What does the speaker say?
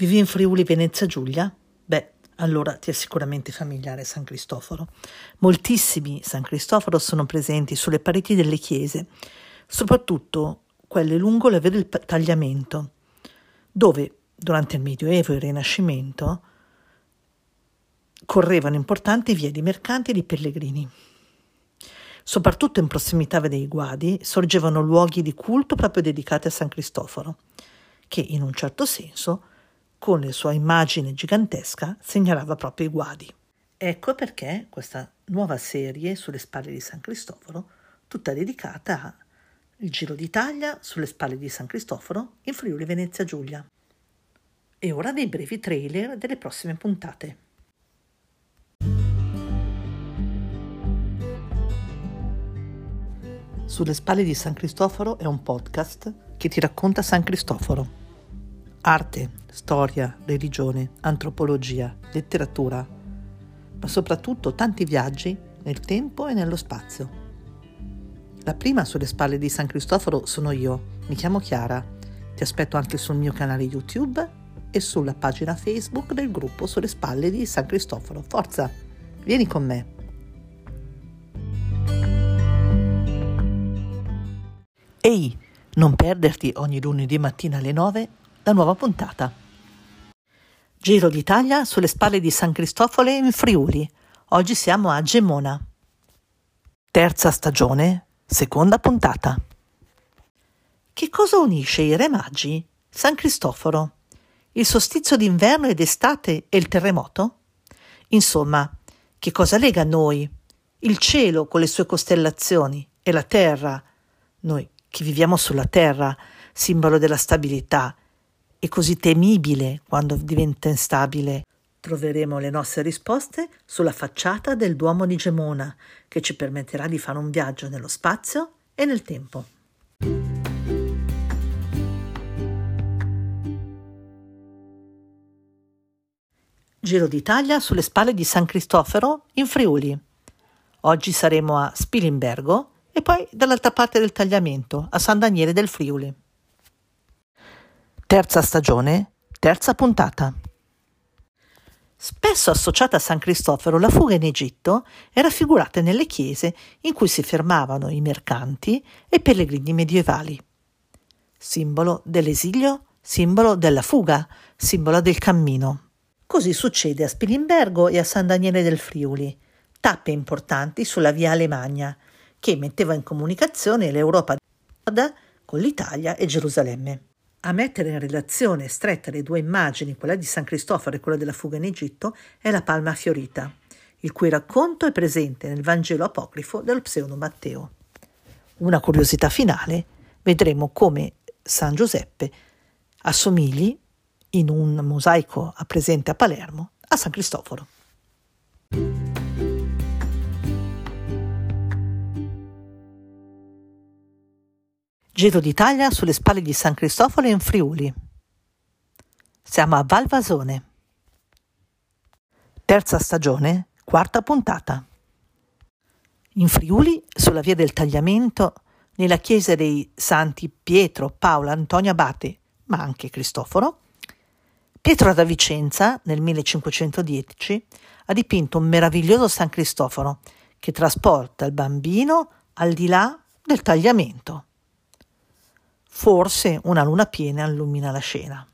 Vivi in Friuli Venezia Giulia? Beh, allora ti è sicuramente familiare San Cristoforo. Moltissimi San Cristoforo sono presenti sulle pareti delle chiese, soprattutto quelle lungo la via del Tagliamento, dove durante il Medioevo e il Rinascimento correvano importanti vie di mercanti e di pellegrini. Soprattutto in prossimità dei Guadi sorgevano luoghi di culto proprio dedicati a San Cristoforo, che in un certo senso, con la sua immagine gigantesca, segnalava proprio i Guadi. Ecco perché questa nuova serie sulle spalle di San Cristoforo, tutta dedicata al Giro d'Italia sulle spalle di San Cristoforo in Friuli Venezia Giulia. E ora dei brevi trailer delle prossime puntate. Sulle spalle di San Cristoforo è un podcast che ti racconta San Cristoforo. Arte, storia, religione, antropologia, letteratura, ma soprattutto tanti viaggi nel tempo e nello spazio. La prima sulle spalle di San Cristoforo sono io, mi chiamo Chiara, ti aspetto anche sul mio canale YouTube e sulla pagina Facebook del gruppo sulle spalle di San Cristoforo. Forza, vieni con me! Ehi, non perderti ogni lunedì mattina alle 9 la nuova puntata. Giro d'Italia sulle spalle di San Cristoforo in Friuli. Oggi siamo a Gemona. Terza stagione, seconda puntata. Che cosa unisce i Re Magi? San Cristoforo, il solstizio d'inverno ed estate e il terremoto? Insomma, che cosa lega noi, il cielo con le sue costellazioni e la terra, noi che viviamo sulla terra, simbolo della stabilità, e così temibile quando diventa instabile? Troveremo le nostre risposte sulla facciata del Duomo di Gemona, che ci permetterà di fare un viaggio nello spazio e nel tempo. Giro d'Italia sulle spalle di San Cristoforo in Friuli. Oggi saremo a Spilimbergo e poi dall'altra parte del Tagliamento, a San Daniele del Friuli. Terza stagione, terza puntata. Spesso associata a San Cristoforo, la fuga in Egitto è raffigurata nelle chiese in cui si fermavano i mercanti e i pellegrini medievali. Simbolo dell'esilio, simbolo della fuga, simbolo del cammino. Così succede a Spilimbergo e a San Daniele del Friuli, tappe importanti sulla via Alemagna, che metteva in comunicazione l'Europa con l'Italia e Gerusalemme. A mettere in relazione stretta le due immagini, quella di San Cristoforo e quella della fuga in Egitto, è la palma fiorita, il cui racconto è presente nel Vangelo apocrifo dello Pseudo Matteo. Una curiosità finale, vedremo come San Giuseppe assomigli, in un mosaico presente a Palermo, a San Cristoforo. Giro d'Italia sulle spalle di San Cristoforo in Friuli. Siamo a Valvasone. Terza stagione, quarta puntata. In Friuli, sulla via del Tagliamento, nella chiesa dei Santi Pietro, Paolo, Antonio Abate, ma anche Cristoforo, Pietro da Vicenza, nel 1510, ha dipinto un meraviglioso San Cristoforo che trasporta il bambino al di là del Tagliamento. Forse una luna piena illumina la scena.